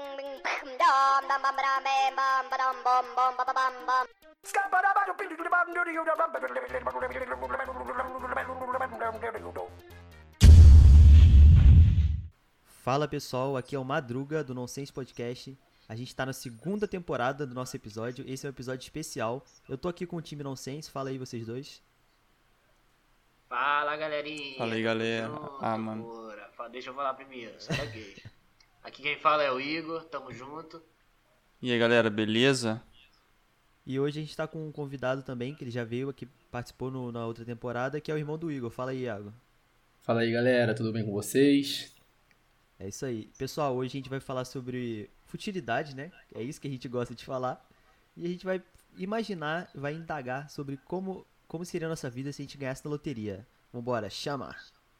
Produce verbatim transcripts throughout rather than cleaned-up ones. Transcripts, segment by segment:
Fala pessoal, aqui é o Madruga do Nonsense Podcast. A gente tá na segunda temporada do nosso episódio. Esse é um episódio especial. Eu tô aqui com o time Nonsense. Fala aí vocês dois. Fala galerinha. Fala aí galera. Junto, ah, mano. Porra. Deixa eu falar primeiro, sai daqui. Aqui quem fala é o Igor, tamo junto. E aí galera, beleza? E hoje a gente tá com um convidado também, que ele já veio aqui, participou no, na outra temporada, que é o irmão do Igor. Fala aí, Iago. Fala aí galera, tudo bem com vocês? É isso aí. Pessoal, hoje a gente vai falar sobre futilidade, né? É isso que a gente gosta de falar. E a gente vai imaginar, vai indagar sobre como, como seria a nossa vida se a gente ganhasse na loteria. Vambora, chama!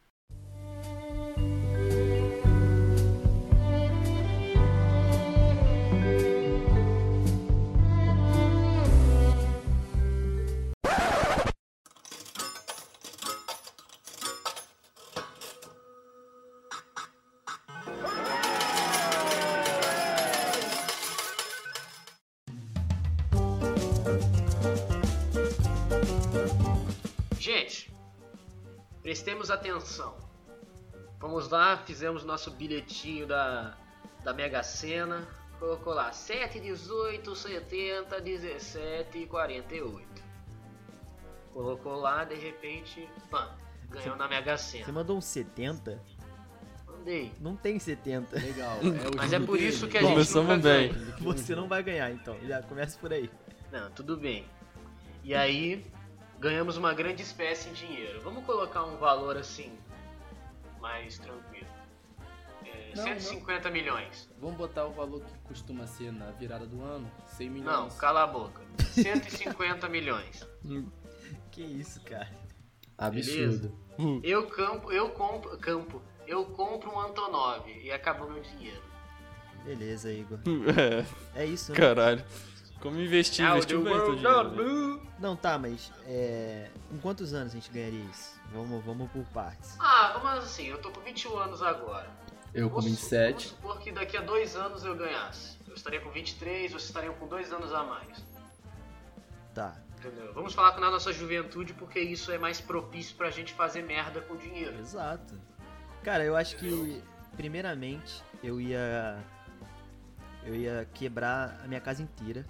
Gente, prestemos atenção. Vamos lá, fizemos nosso bilhetinho da, da Mega Sena. Colocou lá sete, dezoito, setenta, dezessete e quarenta e oito. Colocou lá, de repente, pã, ganhou na Mega Sena. Você mandou um setenta? Mandei. Não tem setenta. Legal. É Mas é por dele. Isso que a gente Começamos nunca bem. ganha. Você não vai ganhar, então. Já começa por aí. Não, tudo bem. E aí, ganhamos uma grande espécie em dinheiro. Vamos colocar um valor assim, mais tranquilo. É, Não, cento e cinquenta não. milhões. Vamos botar o valor que costuma ser na virada do ano, cem milhões. Não, cala a boca. cento e cinquenta milhões. Que isso, cara? Absurdo. Eu campo, eu compro, campo, eu compro um Antonov e acabou meu dinheiro. Beleza, Igor. É, É isso, né? caralho. Como investir? Now Investiu the bem teu world dinheiro, got né? blue. Não, tá, mas é... com quantos anos a gente ganharia isso? Vamos, vamos por partes. Ah, vamos assim, eu tô com vinte e um anos agora. Eu com Vamos- vinte e sete. Vamos supor que daqui a dois anos eu ganhasse. Eu estaria com vinte e três, vocês estariam com dois anos a mais. Tá, Entendeu? Vamos falar na nossa juventude porque isso é mais propício pra gente fazer merda com dinheiro. exato. Cara, eu acho que, primeiramente, eu ia... Eu ia quebrar a minha casa inteira.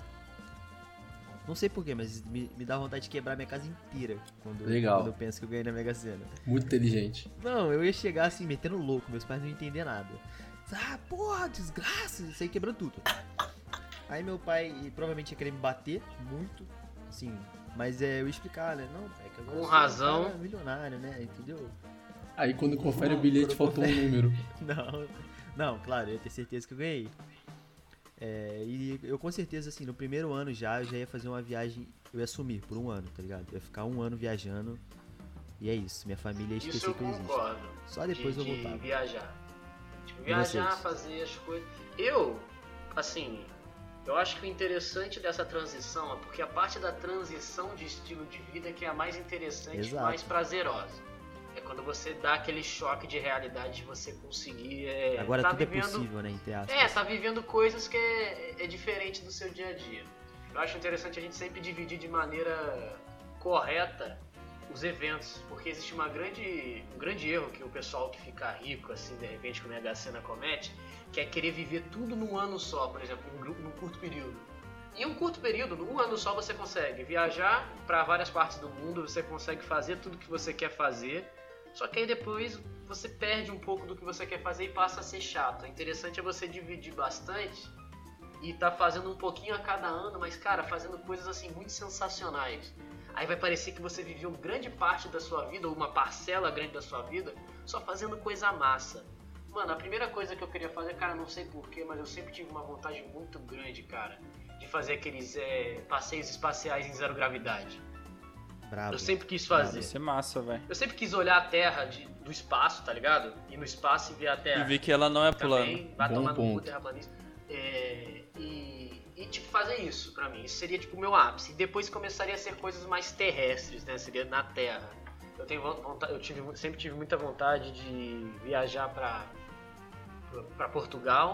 Não sei porquê, mas me, me dá vontade de quebrar a minha casa inteira quando, Legal. quando eu penso que eu ganhei na Mega Sena. Muito inteligente. Não, eu ia chegar assim, metendo louco, meus pais não iam entender nada. Ah, porra, desgraça, isso aí quebrando tudo. Aí meu pai provavelmente ia querer me bater muito, assim, mas é, eu ia explicar, né? Não, pai, que agora Com eu sou razão. um cara milionário, né? Entendeu? Aí quando confere o bilhete, Quando faltou um confere- número. Não, não, claro, eu ia ter certeza que eu ganhei. É, e eu com certeza, assim, no primeiro ano já, eu já ia fazer uma viagem, eu ia sumir por um ano, tá ligado? Eu ia ficar um ano viajando e é isso, minha família ia Isso esquecer eu que eu existo. concordo. Só depois de, eu de voltava. viajar. Tipo, E viajar, vocês? fazer as coisas. Eu, assim, eu acho que o interessante dessa transição é porque a parte da transição de estilo de vida que é a mais interessante e Exato. mais prazerosa. É quando você dá aquele choque de realidade de você conseguir. É, Agora tá tudo vivendo, é possível, né, entre aspas. É, tá vivendo coisas que é, é diferente do seu dia a dia. Eu acho interessante a gente sempre dividir de maneira correta os eventos, porque existe uma grande, um grande erro que o pessoal que fica rico, assim, de repente, com a Mega Sena comete, que é querer viver tudo num ano só, por exemplo, num, gru- num curto período. Em um curto período, num ano só, você consegue viajar para várias partes do mundo, você consegue fazer tudo que você quer fazer, só que aí depois você perde um pouco do que você quer fazer e passa a ser chato. O interessante é você dividir bastante e tá fazendo um pouquinho a cada ano, mas, cara, fazendo coisas assim muito sensacionais. Aí vai parecer que você viveu grande parte da sua vida, ou uma parcela grande da sua vida, só fazendo coisa massa. Mano, a primeira coisa que eu queria fazer, cara, não sei porquê, mas eu sempre tive uma vontade muito grande, cara, de fazer aqueles é, passeios espaciais em zero gravidade. Bravo. Eu sempre quis Deve fazer. ser massa, velho. Eu sempre quis olhar a Terra de, do espaço, tá ligado? Ir no espaço e ver a Terra. E ver que ela não é plana. Também, vai Bom tomar no cu, ponto. terraplanista. É, e, e, tipo, fazer isso pra mim. Isso seria, tipo, o meu ápice. E depois começaria a ser coisas mais terrestres, né? Seria na Terra. Eu tenho vontade, eu tive, sempre tive muita vontade de viajar pra, pra Portugal,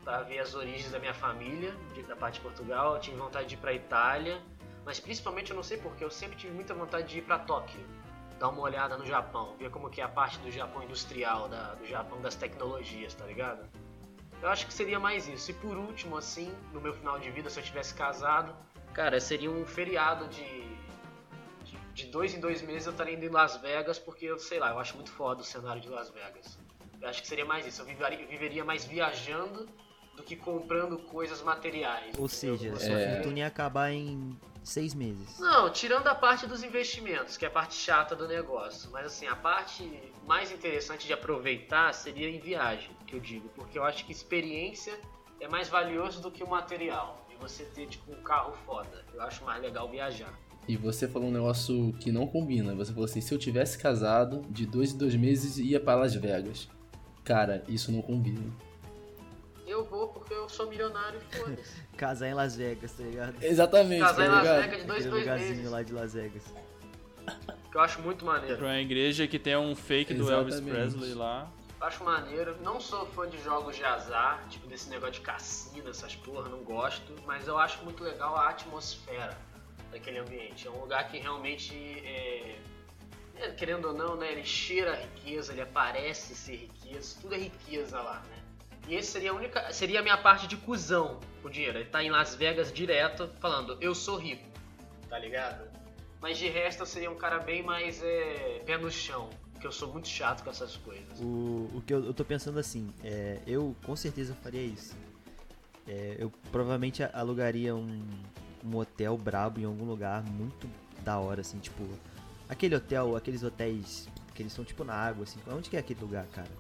voltar a ver as origens da minha família, de, da parte de Portugal. Eu tive vontade de ir pra Itália, mas principalmente eu não sei porquê, eu sempre tive muita vontade de ir pra Tóquio, dar uma olhada no Japão, ver como que é a parte do Japão industrial, da, do Japão das tecnologias, tá ligado? Eu acho que seria mais isso. E por último, assim, no meu final de vida, se eu tivesse casado, cara, seria um feriado de, de, de dois em dois meses eu estaria indo em Las Vegas, porque eu sei lá, eu acho muito foda o cenário de Las Vegas. Eu acho que seria mais isso, eu viveria, viveria mais viajando do que comprando coisas materiais. Ou seja, Eu- sua É. fortuna ia acabar em seis meses. Não, tirando a parte dos investimentos, que é a parte chata do negócio. Mas assim, a parte mais interessante de aproveitar seria em viagem, que eu digo. Porque eu acho que experiência é mais valioso do que o material. E você ter, tipo, um carro foda. Eu acho mais legal viajar. E você falou um negócio que não combina. Você falou assim, se eu tivesse casado, de dois em dois meses ia pra Las Vegas. Cara, isso não combina. Eu vou porque eu sou milionário e foda-se. Casar em Las Vegas, tá ligado? Exatamente, Casar tá em Las ligado? Vegas de dois em Aquele dois lugarzinho meses. lá de Las Vegas. Que eu acho muito maneiro. Pra uma igreja que tem um fake do Elvis Exatamente. Presley lá. Eu acho maneiro. Não sou fã de jogos de azar, tipo desse negócio de cassino, essas porra, não gosto. Mas eu acho muito legal a atmosfera daquele ambiente. É um lugar que realmente, é, é, querendo ou não, né, ele cheira a riqueza, ele parece ser riqueza, tudo é riqueza lá, né? E esse seria a única, seria a minha parte de cuzão com dinheiro. Ele tá em Las Vegas direto, falando, eu sou rico, tá ligado? Mas de resto eu seria um cara bem mais é, pé no chão, porque eu sou muito chato com essas coisas. O, o que eu, eu tô pensando assim, é, eu com certeza faria isso. É, eu provavelmente a- alugaria um, um hotel brabo em algum lugar muito da hora, assim, tipo. Aquele hotel, aqueles hotéis que eles são tipo na água, assim. Onde que é aquele lugar, cara?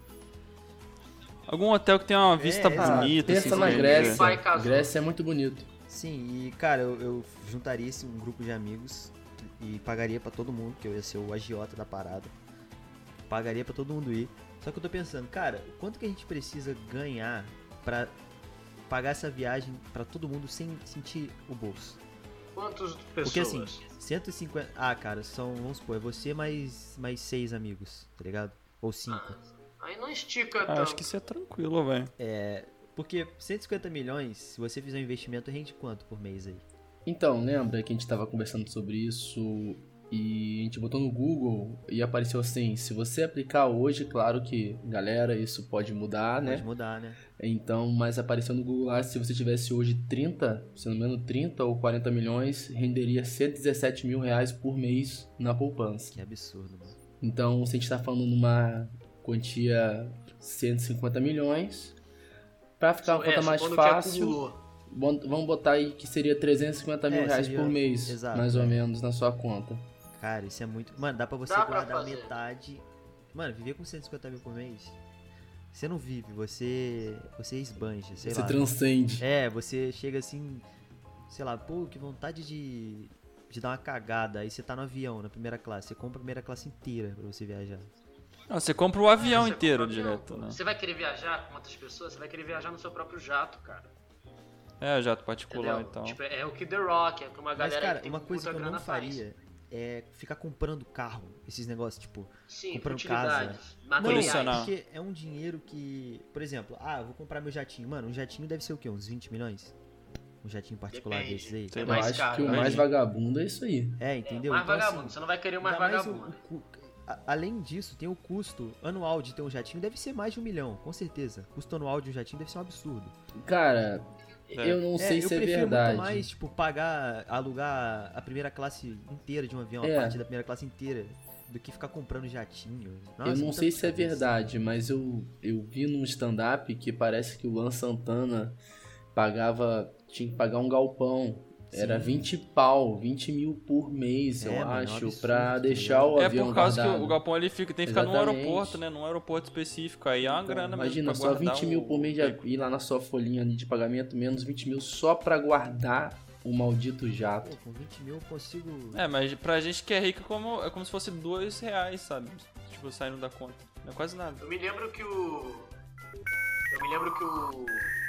Algum hotel que tem uma vista É, Ah, bonita, pensa assim, na você Grécia. vê. Pai casou. Grécia é muito bonito. Sim, e cara, eu, eu juntaria esse, um grupo de amigos e pagaria pra todo mundo, que eu ia ser o agiota da parada. Pagaria pra todo mundo ir. Só que eu tô pensando, cara, quanto que a gente precisa ganhar pra pagar essa viagem pra todo mundo sem sentir o bolso? Quantas Porque pessoas? assim, cento e cinquenta. Ah, cara, são, vamos supor, é você mais, mais seis amigos, tá ligado? Ou cinco. Aí não estica Ah, tanto. acho que isso é tranquilo, velho. Porque cento e cinquenta milhões, se você fizer um investimento, rende quanto por mês aí? Então, lembra que a gente tava conversando sobre isso e a gente botou no Google e apareceu assim, se você aplicar hoje, claro que, galera, isso pode mudar, né? Pode mudar, né? Então, mas apareceu no Google lá, se você tivesse hoje trinta, se não me engano, trinta ou quarenta milhões, renderia cento e dezessete mil reais por mês na poupança. Que absurdo, mano. Então, se a gente tá falando numa quantia cento e cinquenta milhões, pra ficar uma É, conta mais supondo que fácil, acumulou. bom, vamos botar aí que seria trezentos e cinquenta mil É, reais seria- por mês, exato, mais ou é. menos, na sua conta. Cara, isso é muito. Mano, dá pra você Dá pra guardar fazer. metade. Mano, viver com cento e cinquenta mil por mês. Você não vive, você. Você esbanja, sei Você lá. transcende. É, você chega assim. Sei lá, pô, que vontade de. De dar uma cagada. Aí você tá no avião, na primeira classe. Você compra a primeira classe inteira pra você viajar. Não, você compra o avião Você inteiro compra avião, direto, pô. né? Você vai querer viajar com outras pessoas? Você vai querer viajar no seu próprio jato, cara. É, jato particular Entendeu? e tal. Tipo, é o que The Rock, é que uma Mas, galera cara, que tem uma coisa puta que eu não grana faz. faria é ficar comprando carro. Esses negócios, tipo. Sim, comprando utilidades, Não, materiais. Colecionar. porque é um dinheiro que. Por exemplo, ah, eu vou comprar meu jatinho. Mano, um jatinho deve ser o quê? Uns vinte milhões? Um jatinho particular Depende. desses aí? Sei É lá. Eu mais acho caro, que o né? mais vagabundo é isso aí. É, entendeu? Mais Então, vagabundo, assim, você não vai querer o mais ainda mais o- vagabundo. o cu- a- além disso, tem o custo anual de ter um jatinho. Deve ser mais de um milhão, com certeza. O custo anual de um jatinho deve ser um absurdo. Cara, É. eu não sei eu se é prefiro verdade. muito mais, tipo, pagar, alugar a primeira classe inteira de um avião, É. a parte da primeira classe inteira, do que ficar comprando jatinho. Nossa, Eu não muita sei se é cabeça. verdade, mas eu, eu vi num stand-up que parece que o Luan Santana pagava. Tinha que pagar um galpão. Era Sim. vinte pau, vinte mil por mês, É, eu mano, é um acho, absurdo, pra tá deixar ligado? o É avião por causa guardado. que o galpão ele fica, tem que ficar no Exatamente. aeroporto, né? Num aeroporto específico. Aí é uma grana mesmo. Imagina, pra só guardar vinte mil o- por mês de ir lá na sua folhinha ali de pagamento, menos vinte mil só pra guardar o maldito jato. Pô, com vinte mil eu consigo. É, mas pra gente que é rico é como, é como se fosse dois reais, sabe? Tipo, saindo da conta. Não é quase nada. Eu me lembro que o. Eu me lembro que o.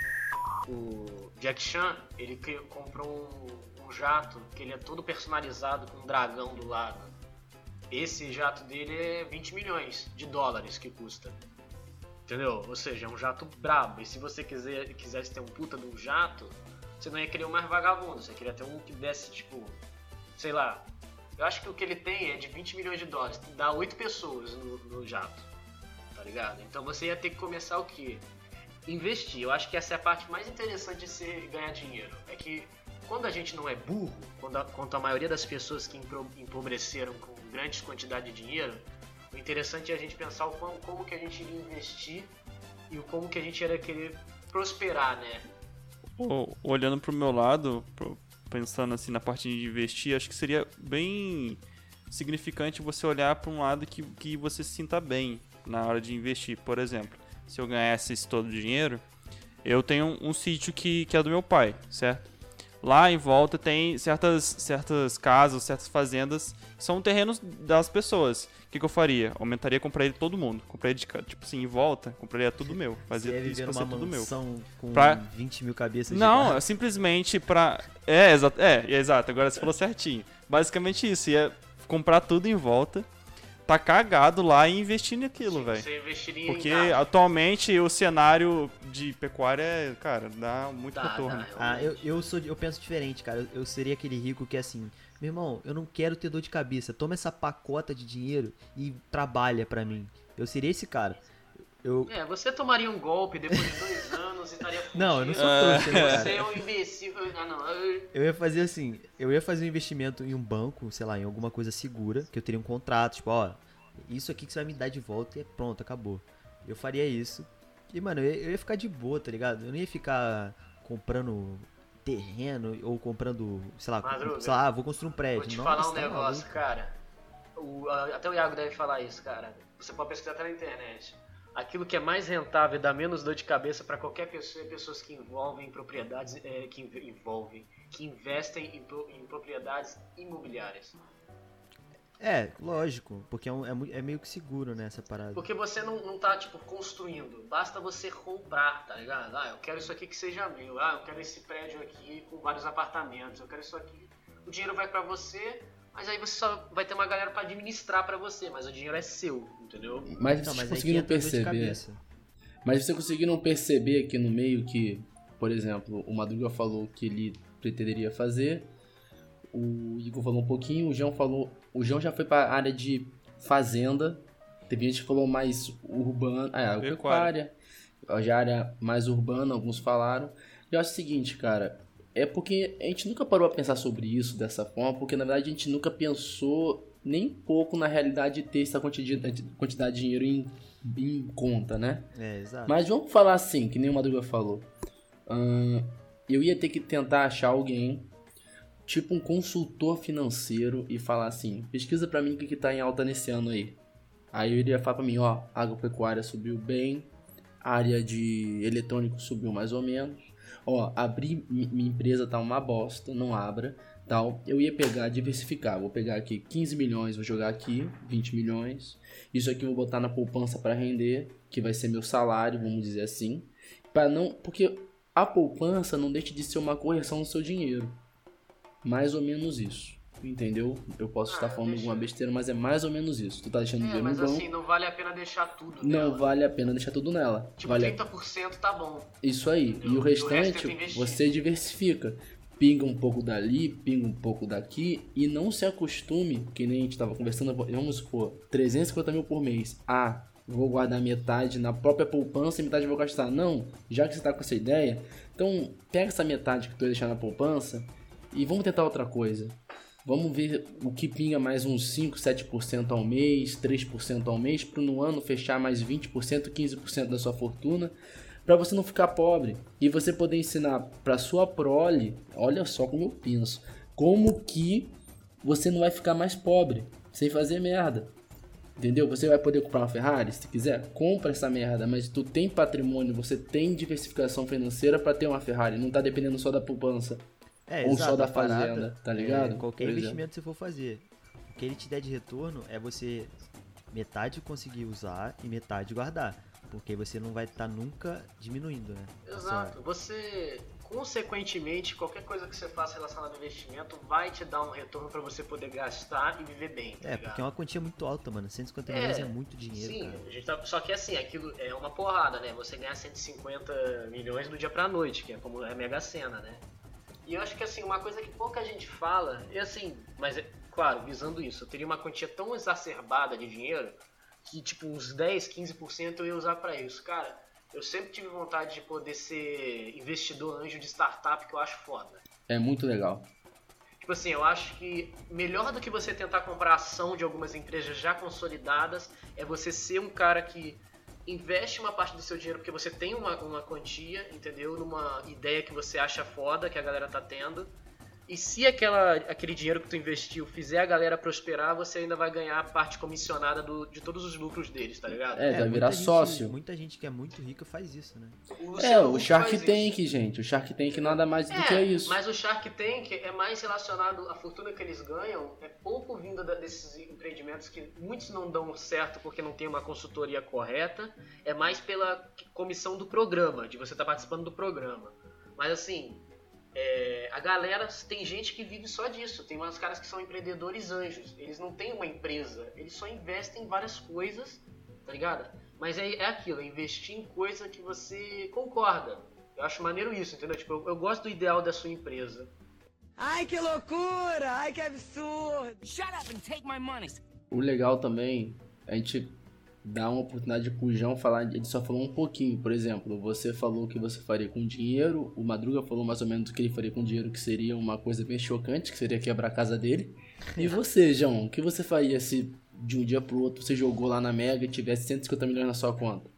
O Jack Chan, ele cri- comprou um, um jato que ele é todo personalizado com um dragão do lado. Esse jato dele é vinte milhões de dólares que custa. Entendeu? Ou seja, é um jato brabo. E se você quiser, quisesse ter um puta de um jato, você não ia querer um mais vagabundo. Você queria ter um que desse, tipo, sei lá. Eu acho que o que ele tem é de vinte milhões de dólares. Dá oito pessoas no, no jato. Tá ligado? Então você ia ter que começar o quê? Investir. Eu acho que essa é a parte mais interessante de ser ganhar dinheiro. É que quando a gente não é burro, quando a, quanto a maioria das pessoas que empobreceram com grandes quantidades de dinheiro, o interessante é a gente pensar o como, como que a gente iria investir e o como que a gente ia querer prosperar, né? O- Olhando pro meu lado, pro- pensando assim na parte de investir, acho que seria bem significante você olhar para um lado que, que você se sinta bem na hora de investir. Por exemplo, se eu ganhasse esse todo o dinheiro, eu tenho um, um sítio que, que é do meu pai, certo? Lá em volta tem certas, certas casas, certas fazendas que são terrenos das pessoas. O que, que eu faria? Aumentaria, compraria todo mundo. Compraria, de, ca- tipo assim, em volta, compraria tudo meu. Fazia Você ia isso viver pra numa ser tudo meu. mansão com Pra- vinte mil cabeças de Não, gato. é simplesmente pra... É, exa... é, é exato, agora você falou certinho. Basicamente isso, ia comprar tudo em volta, tá cagado lá e investir naquilo, velho. Você investiria Porque em gado. atualmente o cenário de pecuária, é, cara, dá muito Dá, retorno. dá, Ah, eu, eu, sou, eu penso diferente, cara. Eu, eu seria aquele rico que é assim, meu irmão, eu não quero ter dor de cabeça. Toma essa pacota de dinheiro e trabalha pra mim. Eu seria esse cara. Eu, É, você tomaria um golpe depois de dois anos e estaria fudido. Não, eu não sou É. trouxa, né, Você cara? é um imbecil. Ah, não. eu- Eu ia fazer assim, eu ia fazer um investimento em um banco, sei lá, em alguma coisa segura, que eu teria um contrato, tipo, ó, isso aqui que você vai me dar de volta e é pronto, acabou. Eu faria isso. E, mano, eu ia, eu ia ficar de boa, tá ligado? Eu não ia ficar comprando terreno ou comprando, sei lá, Madruga, sei lá, vou construir um prédio. Vou te Nossa, falar um tá negócio, maluco. cara. O- a- até o Iago deve falar isso, cara. Você pode pesquisar até na internet. Aquilo que é mais rentável e dá menos dor de cabeça para qualquer pessoa é pessoas que envolvem propriedades, é, que inv- envolvem, que investem em, pro- em propriedades imobiliárias. É, lógico, porque é, um- é mui- é meio que seguro, né, essa parada. Porque você não, não tá, tipo, construindo. Basta você comprar, tá ligado? Ah, eu quero isso aqui que seja meu. Ah, eu quero esse prédio aqui com vários apartamentos. Eu quero isso aqui. O dinheiro vai pra você, mas aí você só vai ter uma galera pra administrar pra você. Mas o dinheiro é seu, entendeu? Mas Então, vocês mas aí que conseguiram entra a dor de perceber. cabeça. Mas você conseguiram perceber aqui no meio que, por exemplo, o Madruga falou que ele pretenderia fazer, o Igor falou um pouquinho, o João falou. O João já foi pra área de fazenda. Teve gente que falou mais urbana. Ah, é, pecuária. Já área mais urbana, alguns falaram. E eu acho o seguinte, cara. É porque a gente nunca parou a pensar sobre isso dessa forma, porque na verdade a gente nunca pensou nem pouco na realidade de ter essa quantidade, quantidade de dinheiro em, em conta, né? É, exato. Mas vamos falar assim, que nem o Madruga falou. Ahn, eu ia ter que tentar achar alguém, tipo um consultor financeiro, e falar assim: pesquisa pra mim o que, que tá em alta nesse ano aí. Aí eu iria falar pra mim: ó, agropecuária subiu bem, área de eletrônico subiu mais ou menos. Ó, abrir mi- minha empresa tá uma bosta, não abra. Tal. Eu ia pegar, diversificar. Vou pegar aqui quinze milhões, vou jogar aqui vinte milhões. Isso aqui eu vou botar na poupança para render, que vai ser meu salário, vamos dizer assim. Para não, porque a poupança não deixa de ser uma correção do seu dinheiro. Mais ou menos isso. Entendeu? Eu posso Ah, estar falando deixa- alguma besteira, mas é mais ou menos isso. Tu tá deixando É, dinheiro no mas banco, assim, não vale a pena deixar tudo não nela. vale a pena deixar tudo nela. Tipo, vale a- trinta por cento tá bom. Isso aí. Entendeu? E o E o resto restante tenta investir. você diversifica. Pinga um pouco dali, pinga um pouco daqui e não se acostume, que nem a gente tava conversando, vamos supor, trezentos e cinquenta mil por mês. Ah, vou guardar metade na própria poupança e metade eu vou gastar. Não, já que você tá com essa ideia, então pega essa metade que tu vai deixar na poupança e vamos tentar outra coisa. Vamos ver o que pinga mais uns cinco, sete por cento ao mês, três por cento ao mês, para no ano fechar mais vinte por cento, quinze por cento da sua fortuna, para você não ficar pobre e você poder ensinar para sua prole, olha só como eu penso, como que você não vai ficar mais pobre, sem fazer merda. Entendeu? Você vai poder comprar uma Ferrari, se quiser, compra essa merda, mas tu tem patrimônio, você tem diversificação financeira para ter uma Ferrari, não tá dependendo só da poupança. É, Ou exato, só da a parada fazenda, tá ligado? é, qualquer Por exemplo. investimento que você for fazer, o que ele te der de retorno é você metade conseguir usar e metade guardar. Porque você não vai estar nunca diminuindo, né? Exato. Você, consequentemente, qualquer coisa que você faça relacionada ao investimento vai te dar um retorno pra você poder gastar e viver bem, tá É, ligado? porque é uma quantia muito alta, mano. cento e cinquenta É, milhões é muito dinheiro, Sim, cara. a gente tá, só que assim, aquilo é uma porrada, né? Você ganhar cento e cinquenta milhões do dia pra noite, que é como é a Mega Sena, né? E eu acho que assim, uma coisa que pouca gente fala, e assim, mas é claro, visando isso, eu teria uma quantia tão exacerbada de dinheiro que tipo uns dez, quinze por cento eu ia usar pra isso. Cara, eu sempre tive vontade de poder ser investidor anjo de startup, que eu acho foda. É muito legal. Tipo assim, eu acho que melhor do que você tentar comprar ação de algumas empresas já consolidadas é você ser um cara que investe uma parte do seu dinheiro porque você tem uma, uma quantia, entendeu? Numa ideia que você acha foda, que a galera tá tendo. E se aquela, aquele dinheiro que tu investiu fizer a galera prosperar, você ainda vai ganhar a parte comissionada do, de todos os lucros deles, tá ligado? É, vai muita virar gente- sócio. Muita gente que é muito rica faz isso, né? O É, Luciano o Huck Shark faz Tank, isso. gente. O Shark Tank nada mais do que É, isso. mas o Shark Tank é mais relacionado, a fortuna que eles ganham é pouco vinda da- desses empreendimentos que muitos não dão certo porque não tem uma consultoria correta, é mais pela comissão do programa, de você estar participando do programa. Mas assim, é, a galera, tem gente que vive só disso, tem uns caras que são empreendedores anjos, eles não têm uma empresa, eles só investem em várias coisas, tá ligado? Mas é, é aquilo, é investir em coisa que você concorda. Eu acho maneiro isso, entendeu? Tipo, eu, eu gosto do ideal da sua empresa. Ai, que loucura! Ai, que absurdo! Shut up and take my money! O legal também, a gente dá uma oportunidade pro João falar, ele só falou um pouquinho, por exemplo, você falou o que você faria com dinheiro, o Madruga falou mais ou menos o que ele faria com dinheiro, que seria uma coisa bem chocante, que seria quebrar a casa dele. E você, João, o que você faria se de um dia pro outro você jogou lá na Mega e tivesse cento e cinquenta milhões na sua conta?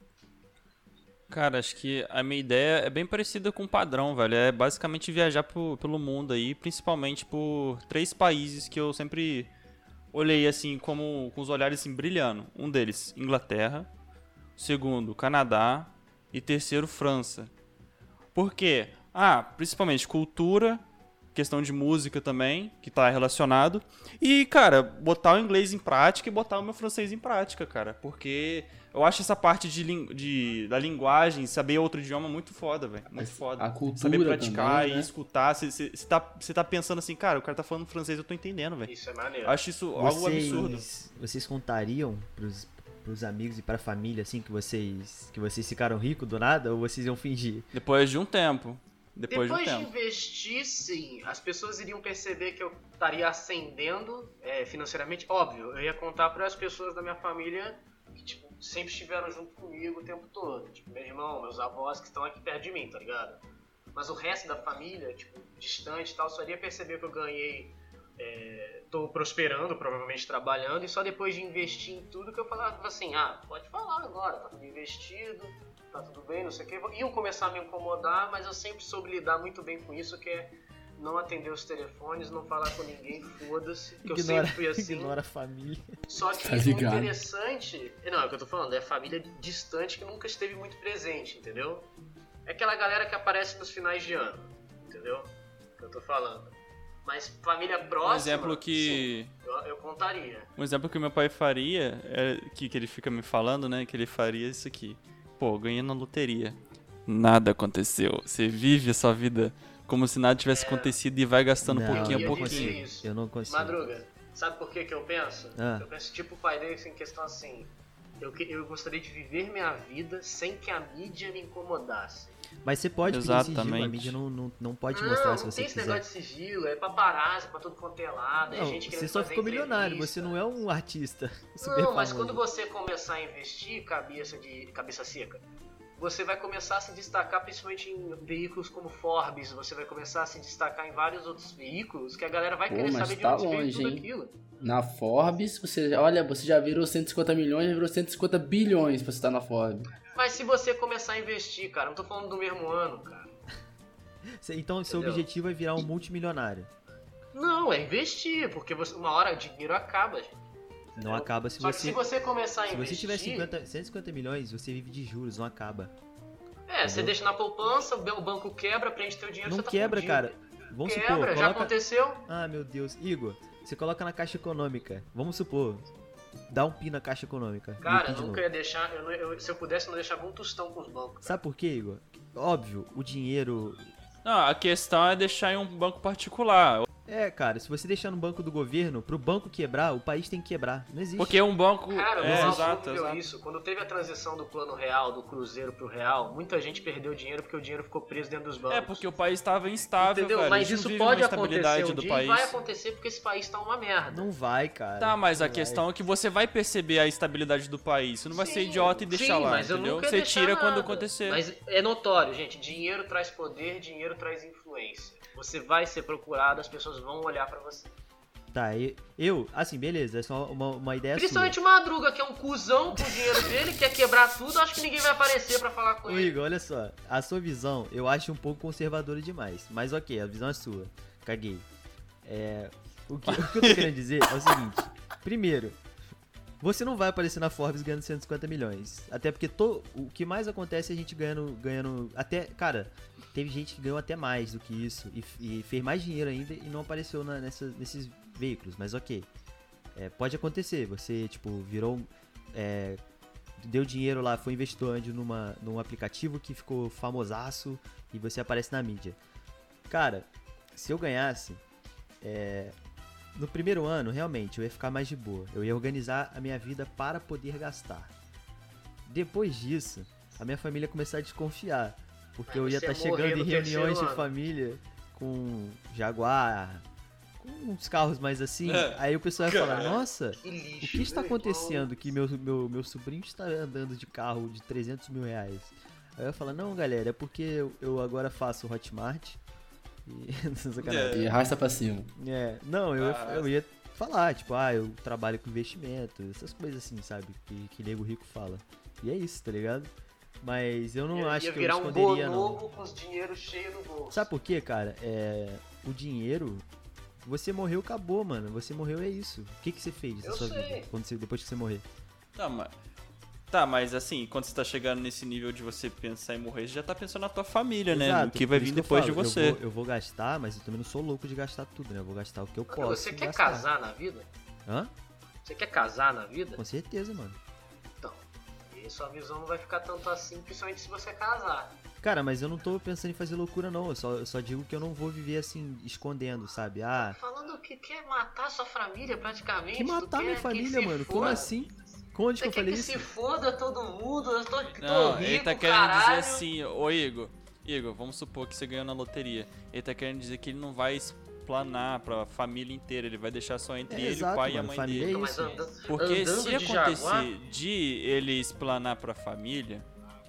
Cara, acho que a minha ideia é bem parecida com o padrão, velho. É basicamente viajar pro, pelo mundo aí, principalmente por três países que eu sempre olhei assim, como com os olhares assim, brilhando. Um deles, Inglaterra. Segundo, Canadá. E terceiro, França. Por quê? Ah, principalmente cultura, questão de música também, que tá relacionado. E, cara, botar o inglês em prática e botar o meu francês em prática, cara. Porque eu acho essa parte de, ling- de- da linguagem, saber outro idioma muito foda, velho. Muito foda. A cultura Saber praticar também, e né? escutar. Você tá, cê tá pensando assim, cara, o cara tá falando francês, eu tô entendendo, velho. Isso é maneiro. Eu acho isso algo absurdo. Vocês, vocês contariam pros, pros amigos e pra família, assim, que vocês, que vocês ficaram ricos do nada? Ou vocês iam fingir? Depois de um tempo. Depois, Depois de de um tempo. investir, sim, as pessoas iriam perceber que eu estaria ascendendo é, financeiramente. Óbvio, eu ia contar para as pessoas da minha família que tipo, sempre estiveram junto comigo o tempo todo. Tipo, meu irmão, meus avós que estão aqui perto de mim, tá ligado? Mas o resto da família, tipo, distante e tal, só iria perceber que eu ganhei, é, tô prosperando, provavelmente trabalhando, e só depois de investir em tudo que eu falava assim, ah, pode falar agora, tá tudo investido, tá tudo bem, não sei o que. Iam começar a me incomodar, mas eu sempre soube lidar muito bem com isso, que é não atender os telefones, não falar com ninguém, foda-se, que eu Ignora, sempre fui assim. ignora a família. Só que Tá o ligado. interessante, não, é o que eu tô falando, é a família distante que nunca esteve muito presente, entendeu? É aquela galera que aparece nos finais de ano, entendeu? Que eu tô falando. Mas família próxima, Um exemplo que. sim, eu, eu contaria. Um exemplo que meu pai faria, é que, que ele fica me falando, né? Que ele faria isso aqui. Pô, ganhei na loteria. Nada aconteceu. Você vive a sua vida como se nada tivesse acontecido e vai gastando Não, pouquinho eu a ia pouquinho. dizer isso. Eu não consigo. Madruga, sabe por que que eu penso? Ah. Eu penso tipo o pai dele em questão assim, eu, que- eu gostaria de viver minha vida sem que a mídia me incomodasse. Mas você pode pedir sigilo, a Exatamente. mídia não, não, não pode não, mostrar se não você tem esse quiser. negócio de sigilo, é paparazzi pra tudo quanto é lado, é Não, gente você querendo só fazer ficou milionário, entrevista. você não é um artista super Não, mas famoso. quando você começar a investir cabeça de cabeça seca, você vai começar a se destacar principalmente em veículos como Forbes, você vai começar a se destacar em vários outros veículos que a galera vai Pô, querer mas saber de tá onde veio longe, tudo hein? aquilo. Na Forbes, você, olha, você já virou cento e cinquenta milhões, já virou cento e cinquenta bilhões pra você estar na Forbes. Mas se você começar a investir, cara, não tô falando do mesmo ano, cara. Você- Então, seu Entendeu? objetivo é virar um multimilionário. Não, é investir, porque você, uma hora o dinheiro acaba, gente. Não Entendeu? acaba se Só que você... se você começar a Se você investir... tiver cinquenta, cento e cinquenta milhões, você vive de juros, não acaba. É, você Entendeu? deixa na poupança, o banco quebra, prende teu dinheiro, Não você tá quebra, fudido. cara. Vamos Quebra, supor, já coloca... aconteceu. Ah, meu Deus. Igor, você coloca na Caixa Econômica. Vamos supor. dá um pi na Caixa Econômica. Cara, Pi eu de nunca novo. ia deixar, eu não- eu- se eu pudesse, eu não deixava um tostão com os bancos. Sabe por quê, Igor? Óbvio, o dinheiro... Não, a questão é deixar em um banco particular. É, cara, se você deixar no banco do governo, pro banco quebrar, o país tem que quebrar. Não existe. Porque um banco. Cara, é, o exato, viu exato. isso. Quando teve a transição do plano real, do cruzeiro pro real, muita gente perdeu dinheiro porque o dinheiro ficou preso dentro dos bancos. É, porque o país estava instável, Entendeu? velho. Mas A gente isso não vive pode uma acontecer estabilidade um do dia país. e vai acontecer porque esse país tá uma merda. Não vai, cara. Tá, mas Não a vai. questão é que você vai perceber a estabilidade do país. Você não vai ser Sim, idiota e deixar sim, lá, mas eu entendeu? nunca ia Você deixar tira quando nada. acontecer. Mas é notório, gente. Dinheiro traz poder, dinheiro traz influência. Você vai ser procurado, as pessoas vão olhar pra você. Tá, e- eu, assim, beleza, é só uma, uma ideia Principalmente sua. o Madruga, que é um cuzão com o dinheiro dele, quer quebrar tudo, acho que ninguém vai aparecer pra falar com Ô, ele. Igor, olha só, a sua visão eu acho um pouco conservadora demais, mas ok, a visão é sua, caguei. É, o, que, o que eu tô querendo dizer é o seguinte, primeiro, você não vai aparecer na Forbes ganhando cento e cinquenta milhões, até porque to, o que mais acontece é a gente ganhando, ganhando, até, cara, teve gente que ganhou até mais do que isso e, e fez mais dinheiro ainda e não apareceu na, nessa, nesses veículos, mas ok. É, pode acontecer, você, tipo, virou um, é, deu dinheiro lá, foi investidor anjo numa, num aplicativo que ficou famosaço e você aparece na mídia. Cara, se eu ganhasse, é, no primeiro ano, realmente, eu ia ficar mais de boa. Eu ia organizar a minha vida para poder gastar. Depois disso, a minha família ia começar a desconfiar. Porque Aí eu ia você estar ia morrer chegando em no terceiro reuniões de ano. família com Jaguar, com uns carros mais assim. É. Aí o pessoal ia falar, Cara. nossa, Que lixo. o que está meu acontecendo que meu, meu, meu sobrinho está andando de carro de trezentos mil reais? Aí eu ia falar, não, galera, é porque eu, eu agora faço Hotmart e... Sacanagem. E arrasta pra cima. É, não, eu, ia- Ah. eu ia falar, tipo, ah, eu trabalho com investimento, essas coisas assim, sabe? Que, que nego rico fala. E é isso, tá ligado? Mas eu não Ia, acho ia que eu virar um esconderia, não. bonobo com os dinheiros cheios no bolso. Sabe por quê, cara? É, o dinheiro, você morreu, acabou, mano. Você morreu, é isso. O que, que você fez na Eu sua sei. vida quando você, depois que você morrer? Tá, mas. Tá, mas assim, quando você tá chegando nesse nível de você pensar em morrer, você já tá pensando na tua família, né? Exato, No que vai por vir isso que eu depois de falo, você. Eu vou, eu vou gastar, mas eu também não sou louco de gastar tudo, né? Eu vou gastar o que eu Cara, posso. você quer gastar. casar na vida? Hã? Você quer casar na vida? Com certeza, mano. Então. E sua visão não vai ficar tanto assim, principalmente se você casar. Cara, mas eu não tô pensando em fazer loucura, não. Eu só, eu só digo que eu não vou viver assim, escondendo, sabe? Ah, Falando que quer matar sua família praticamente. que tu matar quer minha que família, se mano? Como foda. assim? Onde Você que eu quer falei que isso? se foda todo mundo? Eu tô, tô Não, rico, ele tá querendo caralho. dizer assim, ô Igor, Igor, vamos supor que você ganhou na loteria. Ele tá querendo dizer que ele não vai explanar pra família inteira, ele vai deixar só entre É, ele, exato, o pai mano, e a mãe família dele. é Mas isso. anda- Porque andando se de acontecer Jaguar, de ele explanar pra família,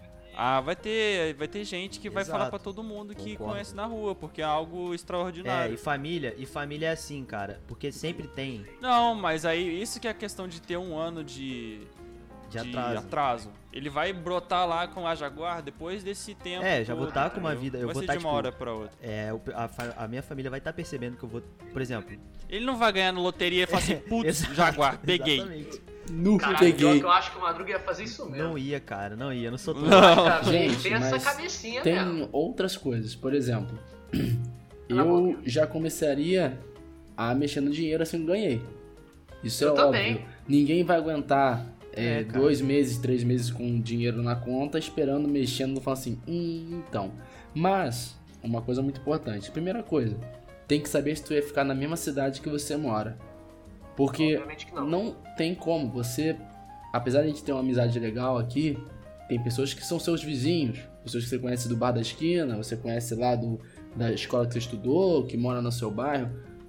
ah, vai ter, vai ter gente que vai Exato. falar pra todo mundo que Concordo. conhece na rua, porque é algo É, extraordinário. e família, e família é assim, cara. Porque sempre tem Não, mas aí isso que é a questão de ter um ano de, de atraso. atraso. Ele vai brotar lá com a Jaguar depois desse tempo. É, já vou todo, tá com uma entendeu? vida- eu vai vou ser tá, de uma tipo, hora pra outra. É, o- a, fa- a minha família vai estar percebendo que eu vou, por exemplo. Ele não vai ganhar na loteria e falar assim, putz, Exato, Jaguar, peguei. Exatamente. Nu, Caralho, pior peguei. que eu acho que o Madruga ia fazer isso mesmo. Não ia, cara, não ia, não sou tão. Não. Gente, tem essa mas cabecinha Tem mesmo. outras coisas. Por exemplo, Cala a eu já começaria a mexer no dinheiro assim que ganhei. Isso Eu é óbvio. também. Ninguém vai aguentar é, É, cara. dois meses, três meses com dinheiro na conta, esperando, mexendo, falando assim, hum, então. Mas, uma coisa muito importante. Primeira coisa, tem que saber se tu ia ficar na mesma cidade que você mora. Porque Obviamente que não. não tem como. Você, apesar de a gente ter uma amizade legal aqui, tem pessoas que são seus vizinhos, pessoas que você conhece do bar da esquina, você conhece lá do, da escola que você estudou, que mora no seu bairro.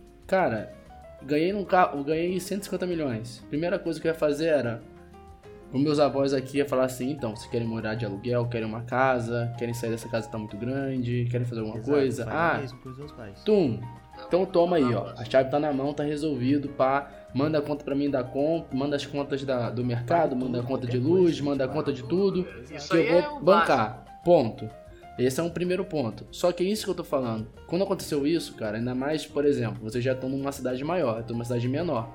Cara, ganhei num carro, ganhei cento e cinquenta milhões. Primeira coisa que eu ia fazer era, os meus avós aqui ia falar assim, então, vocês querem morar de aluguel, querem uma casa, querem sair dessa casa que tá muito grande, querem fazer alguma Exato, coisa. faria Ah, mesmo pros meus pais. tum, Não, então toma aí, não, ó. A chave tá na mão, tá resolvido, pá. Manda a conta pra mim da conta, manda as contas da, do mercado, manda a conta de luz, manda a conta de tudo, Isso que aí eu é vou o bancar. Ponto. Esse é um primeiro ponto. Só que é isso que eu tô falando. Quando aconteceu isso, cara, ainda mais, por exemplo, vocês já estão numa cidade maior, eu tô numa cidade menor.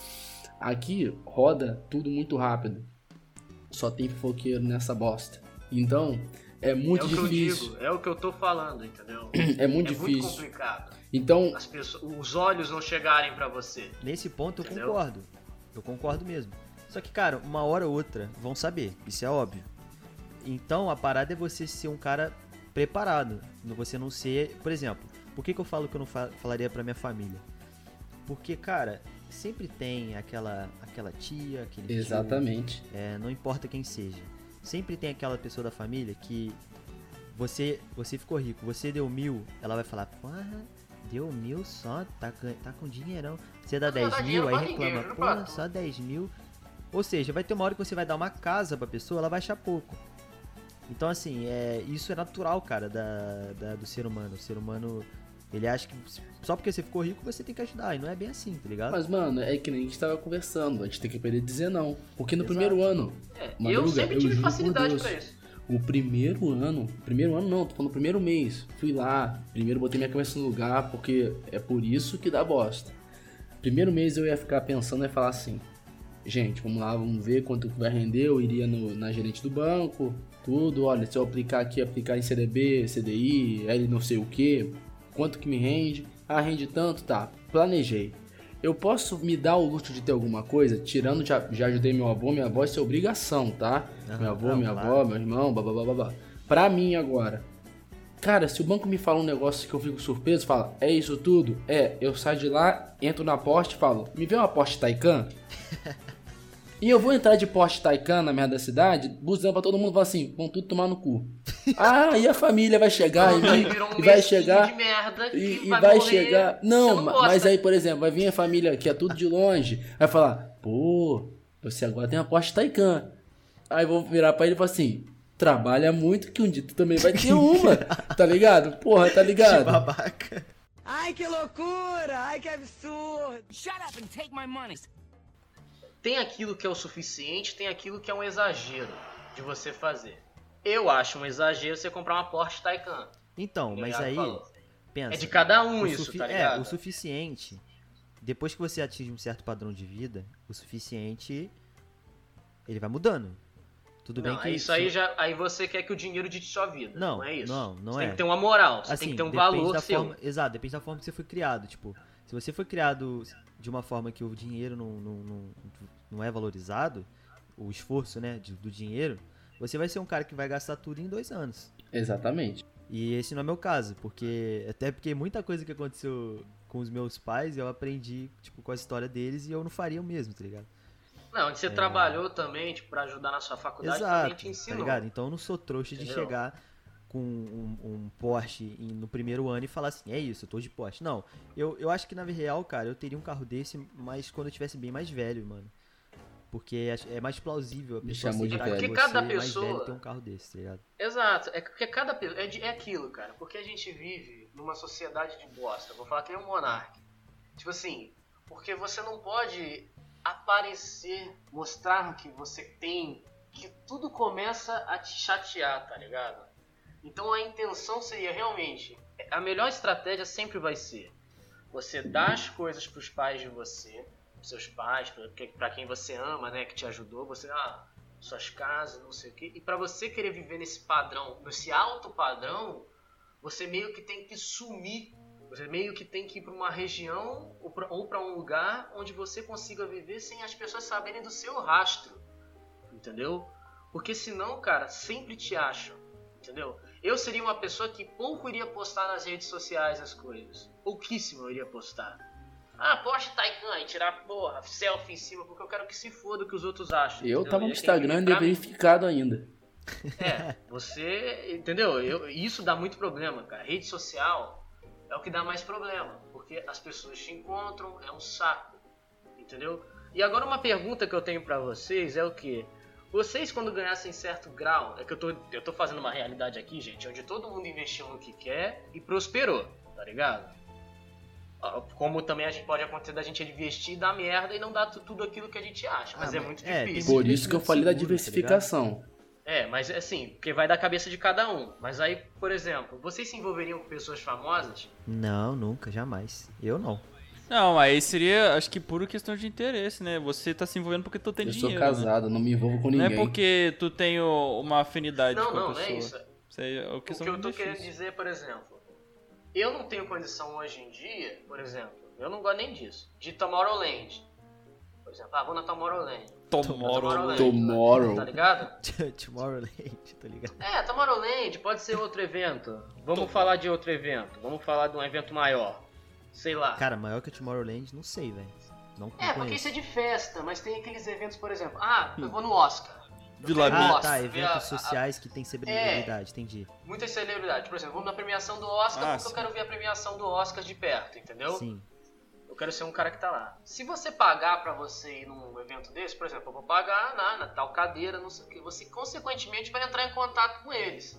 Aqui roda tudo muito rápido. Só tem fofoqueiro nessa bosta. Então, é muito é o que difícil. eu digo, é o que eu tô falando, entendeu? É muito é difícil. muito complicado. Então, As pessoas, os olhos não chegarem pra você. Nesse ponto eu Entendeu? concordo. Eu concordo mesmo. Só que, cara, uma hora ou outra vão saber, isso é óbvio. Então a parada é você ser um cara preparado, você não ser, por exemplo, por que, que eu falo que eu não fa- falaria pra minha família? Porque, cara, sempre tem aquela, aquela tia, aquele Exatamente. tio, é, não importa quem seja, sempre tem aquela pessoa da família que você, você ficou rico, você deu mil, ela vai falar, porra, deu mil só, tá, ganha- tá com dinheirão. Você dá Não dá dez mil, dinheiro aí pra ninguém, reclama, não porra, paga. só dez mil. Ou seja, vai ter uma hora que você vai dar uma casa pra pessoa, ela vai achar pouco. Então, assim, é, isso é natural, cara, da, da- do ser humano. O ser humano, ele acha que só porque você ficou rico, você tem que ajudar. E não é bem assim, tá ligado? Mas, mano, é que nem a gente tava conversando. A gente tem que aprender a dizer não. Porque no Exato. primeiro ano, É, eu Madruga, sempre eu tive juro por facilidade Deus, pra isso. o primeiro ano, primeiro ano não, tô falando primeiro mês, fui lá, primeiro botei minha cabeça no lugar, porque é por isso que dá bosta. Primeiro mês eu ia ficar pensando e falar assim, gente, vamos lá, vamos ver quanto que vai render, eu iria no, na gerente do banco, tudo, olha, se eu aplicar aqui, aplicar em C D B, C D I, L não sei o que, quanto que me rende, ah, rende tanto, tá, planejei. Eu posso me dar o luxo de ter alguma coisa, tirando, já, já ajudei meu avô, minha avó, isso é obrigação, tá? Aham, meu avô, não, minha claro. avó, meu irmão, blá blá blá blá blá. Pra mim agora, cara, se o banco me fala um negócio que eu fico surpreso, fala, é isso tudo? É, eu saio de lá, entro na Porsche e falo, me vê uma Porsche Taycan? E eu vou entrar de Porsche Taycan na merda da cidade, buzinando pra todo mundo, fala assim, vão tudo tomar no cu. Ah, e a família vai chegar e, Aí vai- virou um e vai mesquinho chegar... de merda que E, e vai, vai, morrer, chegar. você Não, não ma- gosta. mas aí, por exemplo, vai vir a família que é tudo de longe, vai falar, pô, você agora tem uma Porsche Taycan. Aí eu vou virar pra ele e falar assim, trabalha muito que um dia tu também vai ter uma, tá ligado? Porra, tá Que ligado? babaca. Ai, que loucura! Ai, que absurdo! Shut up and take my money. Tem aquilo que é o suficiente, tem aquilo que é um exagero de você fazer. Eu acho um exagero você comprar uma Porsche Taycan. Então, mas Obrigado, aí, falou. pensa. É de cada um o isso, sufi- tá É, ligado? o suficiente, depois que você atinge um certo padrão de vida, o suficiente, ele vai mudando. Tudo Não, bem que... isso aí já, aí você quer que o dinheiro dite sua vida. Não, Não, é isso. não, não você é. tem que ter uma moral, você assim, tem que ter um depende valor da seu. forma, exato, depende da forma que você foi criado. Tipo, se você foi criado de uma forma que o dinheiro não, não, não, não é valorizado, o esforço, né, de- do dinheiro, você vai ser um cara que vai gastar tudo em dois anos. Exatamente. E esse não é meu caso, porque até porque muita coisa que aconteceu com os meus pais, eu aprendi, tipo, com a história deles e eu não faria o mesmo, tá ligado? Não, onde você trabalhou também, tipo, pra ajudar na sua faculdade, também É. Exato, te tá ensinou. ligado? Então eu não sou trouxa de Entendeu? chegar com um, um Porsche em- no primeiro ano e falar assim, é isso, eu tô de Porsche. Não, eu, eu acho que na real, cara, eu teria um carro desse, mas quando eu tivesse bem mais velho, mano. Porque é é mais plausível a Me pessoa chamou de aceitar que velho. você, Porque cada mais pessoa- velho, ter um carro desse, tá ligado? Exato, é porque cada pessoa. É, de- é aquilo, cara. Porque a gente vive numa sociedade de bosta. Vou falar que nem um monarca. Tipo assim, porque você não pode aparecer, mostrar que você tem, que tudo começa a te chatear, tá ligado? Então a intenção seria realmente. A melhor estratégia sempre vai ser você dar as coisas pros pais de você, pros seus pais, pra, que- pra quem você ama, né, que te ajudou, você, ah, suas casas, não sei o quê. E pra você querer viver nesse padrão, nesse alto padrão, você meio que tem que sumir. Você meio que tem que ir pra uma região ou pra, ou pra um lugar onde você consiga viver sem as pessoas saberem do seu rastro. Entendeu? Porque senão, cara, sempre te acham. Entendeu? Eu seria uma pessoa que pouco iria postar nas redes sociais as coisas. Pouquíssimo eu iria postar. Ah, Porsche Taycan e tirar, porra, selfie em cima, porque eu quero que se foda o que os outros acham. Eu entendeu? tava no E é quem Instagram vive pra mim. verificado ainda. É, você, entendeu? Eu, isso dá muito problema, cara. Rede social é o que dá mais problema, porque as pessoas te encontram, é um saco, entendeu? E agora uma pergunta que eu tenho pra vocês é o quê? Vocês quando ganhassem certo grau, é que eu tô, eu tô fazendo uma realidade aqui, gente, onde todo mundo investiu no que quer e prosperou, tá ligado? Ah, como também a gente pode acontecer da gente investir e dar merda e não dar tu- tudo aquilo que a gente acha, mas Ah, é mas- muito é, tem difícil. Por isso que eu falei da Seguro, tá diversificação. É, mas assim, porque vai da cabeça de cada um. Mas aí, por exemplo, vocês se envolveriam com pessoas famosas? Não, nunca, jamais. Eu não. Não, aí seria, acho que puro questão de interesse, né? Você tá se envolvendo porque tu tem Eu dinheiro, sou né? casado, não me envolvo com Não é ninguém. porque tu tem o- uma afinidade Não, com a não, não pessoa. é isso. Isso aí é o O questão que eu de tô querendo benefício. dizer, por exemplo, eu não tenho condição hoje em dia, por exemplo, eu não gosto nem disso, de Tomorrowland. Por exemplo, ah, vou na Tomorrowland. Tomorrow. Tomorrow. Tá ligado? Tomorrowland, tá ligado? É, Tomorrowland, pode ser outro evento. Vamos falar de outro evento. Vamos falar de um evento maior. Sei lá. Cara, maior que o Tomorrowland, não sei, velho. Não, não É, porque conheço. isso é de festa, mas tem aqueles eventos, por exemplo. Ah, eu vou no Oscar. Vila Eu Ah, quero ir no tá, Oscar, ver eventos a- a- sociais que tem celebridade, entendi. Muitas celebridades. Por exemplo, vamos na premiação do Oscar Ah, porque eu sim. quero ver a premiação do Oscar de perto, entendeu? Sim. Eu quero ser um cara que tá lá. Se você pagar pra você ir num evento desse, por exemplo, eu vou pagar na, na tal cadeira, não sei o que, você consequentemente vai entrar em contato com eles.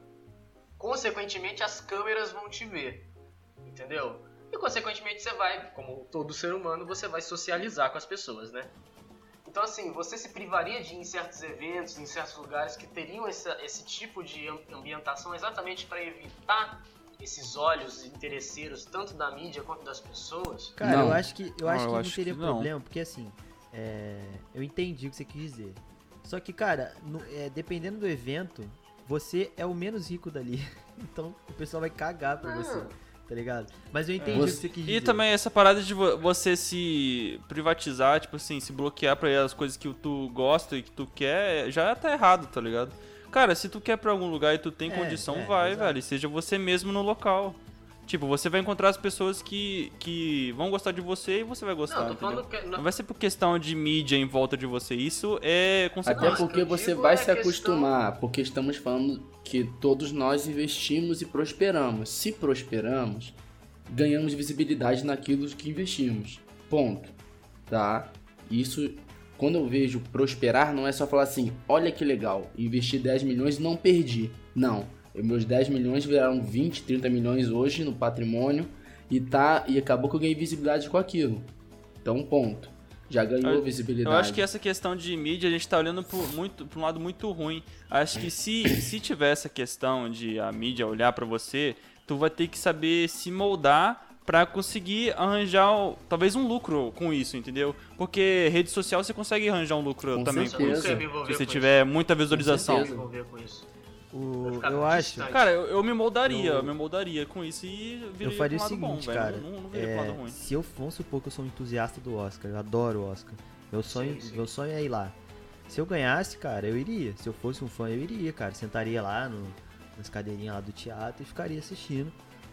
Consequentemente, as câmeras vão te ver, entendeu? E consequentemente você vai, como todo ser humano, você vai socializar com as pessoas, né? Então assim, você se privaria de ir em certos eventos, em certos lugares que teriam esse, esse tipo de ambientação exatamente para evitar esses olhos interesseiros tanto da mídia quanto das pessoas? Cara, Não. eu acho que, eu Não, acho eu que não acho teria que não. problema, porque assim, é, eu entendi o que você quis dizer. Só que, cara, no- é, dependendo do evento, você é o menos rico dali. Então o pessoal vai cagar pra Ah. você, tá ligado? Mas eu entendi Você- o que você quis E dizer. também essa parada de vo- você se privatizar, tipo assim, se bloquear pra ir as coisas que tu gosta e que tu quer, já tá errado, tá ligado? Cara, se tu quer ir pra algum lugar e tu tem É, condição, é, vai, exato. velho. Seja você mesmo no local. Tipo, você vai encontrar as pessoas que, que vão gostar de você e você vai gostar, Não, tô entendeu? falando que... Não vai ser por questão de mídia em volta de você. Isso é Até consequência. Nossa, porque eu você digo vai é se questão- acostumar, porque estamos falando que todos nós investimos e prosperamos. Se prosperamos, ganhamos visibilidade naquilo que investimos. Ponto. Tá? Isso, quando eu vejo prosperar, não é só falar assim, olha que legal, investi dez milhões e não perdi. Não. Meus dez milhões viraram vinte, trinta milhões hoje no patrimônio e, tá, e acabou que eu ganhei visibilidade com aquilo. Então, ponto. Já ganhou Eu- visibilidade. Eu acho que essa questão de mídia, a gente tá olhando por, muito, por um lado muito ruim. Acho que se, se tiver essa questão de a mídia olhar pra você, tu vai ter que saber se moldar pra conseguir arranjar o- talvez um lucro com isso, entendeu? Porque rede social você consegue arranjar um lucro Com também certeza. com Eu isso. quero me envolver Se você com tiver muita visualização. isso. Vou ver com isso. O, Vai ficar eu acho, distante. Cara, eu, eu me moldaria, Eu- eu me moldaria com isso e viria eu faria o pro lado seguinte, bom, cara. velho. Não, não viria pro é, lado ruim. se eu, vamos supor que eu sou um entusiasta do Oscar, eu adoro o Oscar. Meu sonho, Sim, sim. meu sonho é ir lá. Se eu ganhasse, cara, eu iria. Se eu fosse um fã, eu iria, cara. Sentaria lá no, nas cadeirinhas lá do teatro e ficaria assistindo.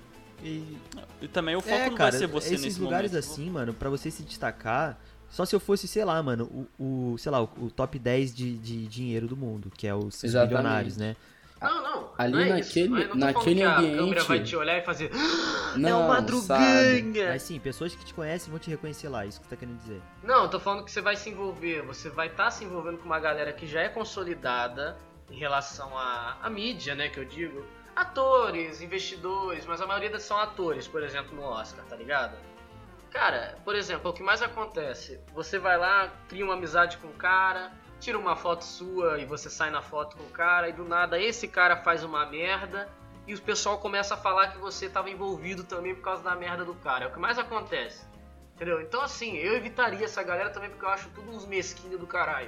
E E também o foco é, não cara, vai ser você esses nesse lugares momento. assim, mano, pra você se destacar, só se eu fosse, sei lá, mano, o, o sei lá, o, o top dez de, de dinheiro do mundo, que é os, os Exatamente. milionários, né? Não, não. Ali não é naquele- isso. Não é- não tô falando naquele que a ambiente- câmera vai te olhar e fazer. "Ah, é Não, o Madruganha! Mas sim, pessoas que te conhecem vão te reconhecer lá, isso que você tá querendo dizer. Não, eu tô falando que você vai se envolver. Você vai estar se envolvendo com uma galera que já é consolidada em relação à, à mídia, né? Que eu digo. Atores, investidores, mas a maioria são atores, por exemplo, no Oscar, tá ligado? Cara, por exemplo, o que mais acontece? Você vai lá, cria uma amizade com o cara, tira uma foto sua e você sai na foto com o cara, e do nada esse cara faz uma merda e o pessoal começa a falar que você estava envolvido também por causa da merda do cara. É o que mais acontece. Entendeu? Então assim, eu evitaria essa galera também porque eu acho tudo uns mesquinhos do caralho.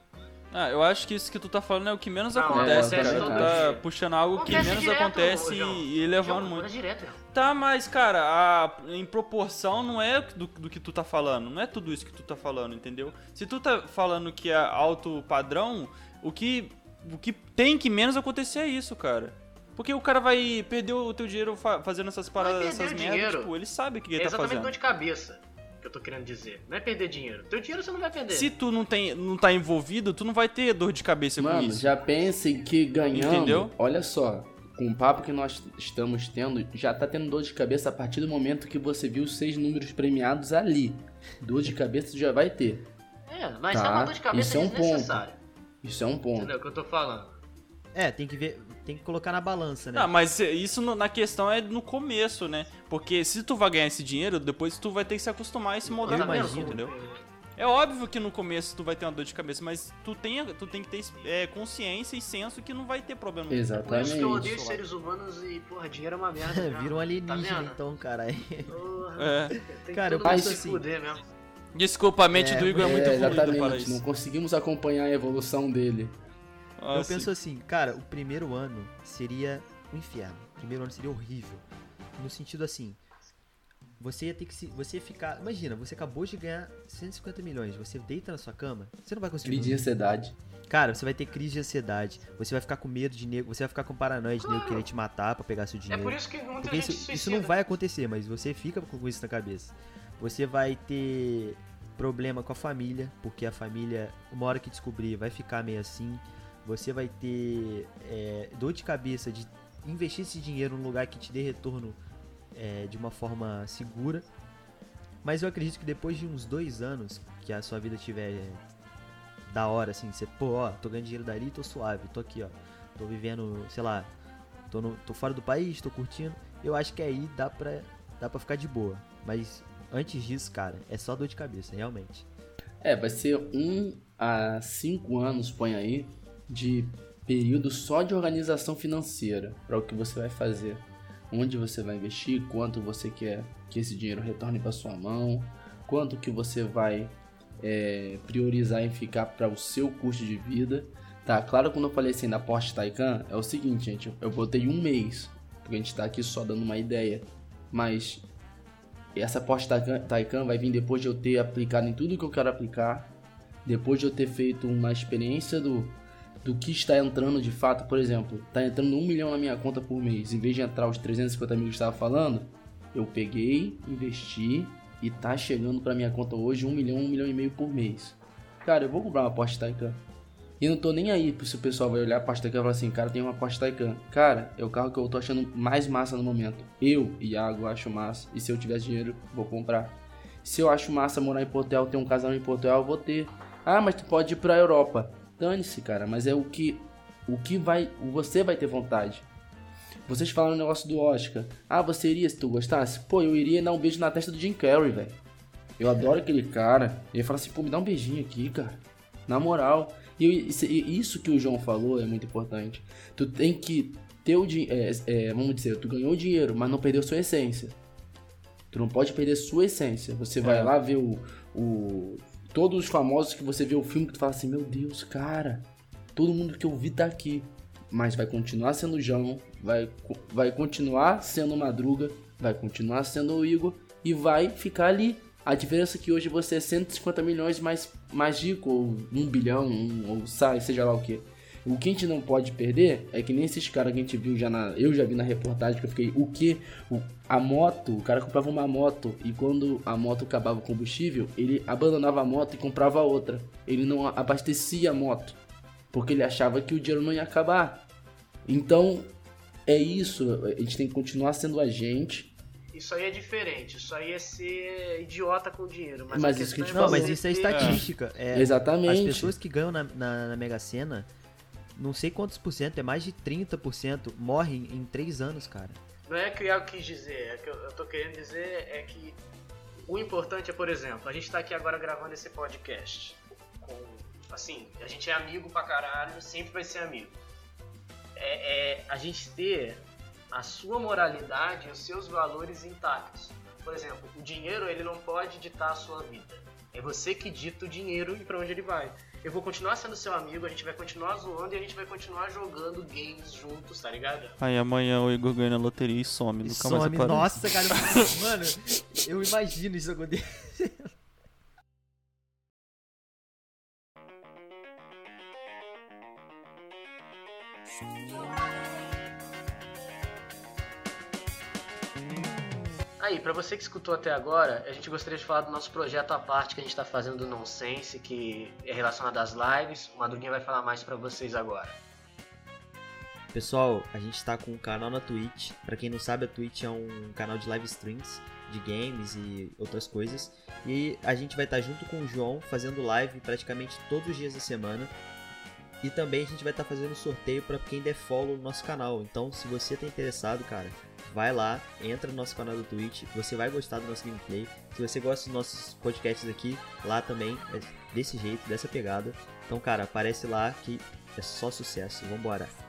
Ah, eu acho que isso que tu tá falando é o que menos Não, acontece, acontece cara. Tu todo tá dia. puxando algo que Acontece menos direto, acontece João. e, e levando João, muito. é direto, João. Tá, mas, cara, a- em proporção não é do, do que tu tá falando. Não é tudo isso que tu tá falando, entendeu? Se tu tá falando que é alto padrão, o que, o que tem que menos acontecer é isso, cara. Porque o cara vai perder o teu dinheiro fa- fazendo essas paradas, perder essas o merdas, dinheiro. tipo, ele sabe o que É ele tá exatamente fazendo. dor de cabeça que eu tô querendo dizer. Não é perder dinheiro. Teu dinheiro você não vai perder. Se tu não, tem, não tá envolvido, tu não vai ter dor de cabeça com Mano, isso. já pensem que ganhando, Entendeu? olha só, com o papo que nós estamos tendo, já tá tendo dor de cabeça a partir do momento que você viu os seis números premiados ali. Dor de cabeça tu já vai ter. É, mas Tá, é uma dor de cabeça isso é um desnecessária. Isso é um ponto. Entendeu o que eu tô falando? É, tem que ver, tem que colocar na balança, né? Ah, mas isso no- na questão é no começo, né? Porque se tu vai ganhar esse dinheiro, depois tu vai ter que se acostumar e se moldar Eu mesmo, imagino. entendeu? É óbvio que no começo tu vai ter uma dor de cabeça, mas tu tem, tu tem que ter é, consciência e senso que não vai ter problema. Por isso que eu odeio Exatamente. seres humanos e, porra, dinheiro é uma merda. já. Vira um alienígena, Tá vendo? então, cara. Porra, É. tem Cara, que eu todo mundo penso se assim- fuder mesmo. Desculpa, a mente É, do Igor é, é, muito evoluída para exatamente, não isso. conseguimos acompanhar a evolução dele. Ah, Eu sim. penso assim, cara, o primeiro ano seria um inferno. O primeiro ano seria horrível. No sentido assim, você ia ter que se. Você ia ficar. Imagina, você acabou de ganhar cento e cinquenta milhões. Você deita na sua cama, você não vai conseguir. Crise de ansiedade. Cara, você vai ter crise de ansiedade. Você vai ficar com medo de nego. Você vai ficar com paranoia de Claro. nego querer te matar pra pegar seu É dinheiro. por isso que muita Porque gente isso, se isso suicida. não vai acontecer, mas você fica com isso na cabeça. Você vai ter problema com a família, porque a família, uma hora que descobrir, vai ficar meio assim. Você vai ter é, dor de cabeça de investir esse dinheiro num lugar que te dê retorno é, de uma forma segura. Mas eu acredito que depois de uns dois anos que a sua vida tiver é, da hora, assim, você, pô, ó, tô ganhando dinheiro dali, tô suave, tô aqui, ó, tô vivendo, sei lá, tô, no, tô fora do país, tô curtindo, eu acho que aí dá pra, dá pra ficar de boa. Mas antes disso, cara, é só dor de cabeça, realmente. É, vai ser um a cinco anos, põe aí, de período só de organização financeira para o que você vai fazer. Onde você vai investir, quanto você quer que esse dinheiro retorne para sua mão, quanto que você vai é, priorizar em ficar para o seu custo de vida. Tá, claro, quando eu falei assim da Porsche Taycan, é o seguinte, gente, eu botei um mês, porque a gente tá aqui só dando uma ideia, mas essa Porsche Taycan, Taycan vai vir depois de eu ter aplicado em tudo que eu quero aplicar, depois de eu ter feito uma experiência do, do que está entrando de fato. Por exemplo, tá entrando um milhão na minha conta por mês, em vez de entrar os trezentos e cinquenta mil que eu estava falando, eu peguei, investi e tá chegando pra minha conta hoje um milhão, um milhão e meio por mês. Cara, eu vou comprar uma Porsche Taycan. E não tô nem aí se o pessoal vai olhar a Porsche Taycan e falar assim, cara, tem uma Porsche Taycan. Cara, é o carro que eu tô achando mais massa no momento. Eu, Iago, acho massa. E se eu tivesse dinheiro, vou comprar. Se eu acho massa morar em Portugal, ter um casal em Portugal, eu vou ter. Ah, mas tu pode ir pra Europa. Dane-se, cara, mas é o que, o que vai, você vai ter vontade. Vocês falaram o negócio do Oscar. Ah, você iria se tu gostasse? Pô, eu iria dar um beijo na testa do Jim Carrey, velho. Eu adoro aquele cara. Ele fala assim, pô, me dá um beijinho aqui, cara. Na moral. E isso que o João falou é muito importante. Tu tem que ter o dinheiro, é, é, vamos dizer, tu ganhou o dinheiro, mas não perdeu sua essência. Tu não pode perder sua essência. Você vai é. lá ver o, o... todos os famosos que você vê o filme que tu fala assim, meu Deus, cara, todo mundo que eu vi tá aqui. Mas vai continuar sendo o João, vai, vai continuar sendo o Madruga, vai continuar sendo o Igor e vai ficar ali. A diferença é que hoje você é cento e cinquenta milhões mais, mais rico, ou um bilhão, um, ou sai, seja lá o que. O que a gente não pode perder é que nem esses caras que a gente viu já na... Eu já vi na reportagem que eu fiquei, o que? O, a moto, o cara comprava uma moto e quando a moto acabava o combustível, ele abandonava a moto e comprava outra. Ele não abastecia a moto, porque ele achava que o dinheiro não ia acabar. Então, é isso, a gente tem que continuar sendo a gente. Isso aí é diferente, isso aí é ser idiota com dinheiro. Mas, mas isso que a gente Não, falou. mas isso é estatística. É, Exatamente. As pessoas que ganham na, na, na Mega Sena, não sei quantos por cento, é mais de trinta por cento, morrem em três anos, cara. Não é que eu quis dizer, é que eu, eu tô querendo dizer é que o importante é, por exemplo, a gente tá aqui agora gravando esse podcast. Com, assim, a gente é amigo pra caralho, sempre vai ser amigo. É, é a gente ter a sua moralidade e os seus valores intactos. Por exemplo, o dinheiro ele não pode ditar a sua vida. É você que dita o dinheiro e pra onde ele vai. Eu vou continuar sendo seu amigo, a gente vai continuar zoando e a gente vai continuar jogando games juntos, tá ligado? Aí amanhã o Igor ganha na loteria e some. E Nunca some, mais aparece. nossa, cara, mano, eu imagino isso acontecer. Aí, pra você que escutou até agora, a gente gostaria de falar do nosso projeto à parte que a gente tá fazendo do Nonsense, que é relacionado às lives. O Madruguinha vai falar mais pra vocês agora. Pessoal, a gente tá com um canal na Twitch. Pra quem não sabe, a Twitch é um canal de live streams de games e outras coisas. E a gente vai estar junto com o João fazendo live praticamente todos os dias da semana. E também a gente vai estar fazendo sorteio pra quem der follow no nosso canal. Então, se você tá interessado, cara, vai lá, entra no nosso canal do Twitch, você vai gostar do nosso gameplay. Se você gosta dos nossos podcasts aqui, lá também é desse jeito, dessa pegada. Então, cara, aparece lá que é só sucesso. Vambora!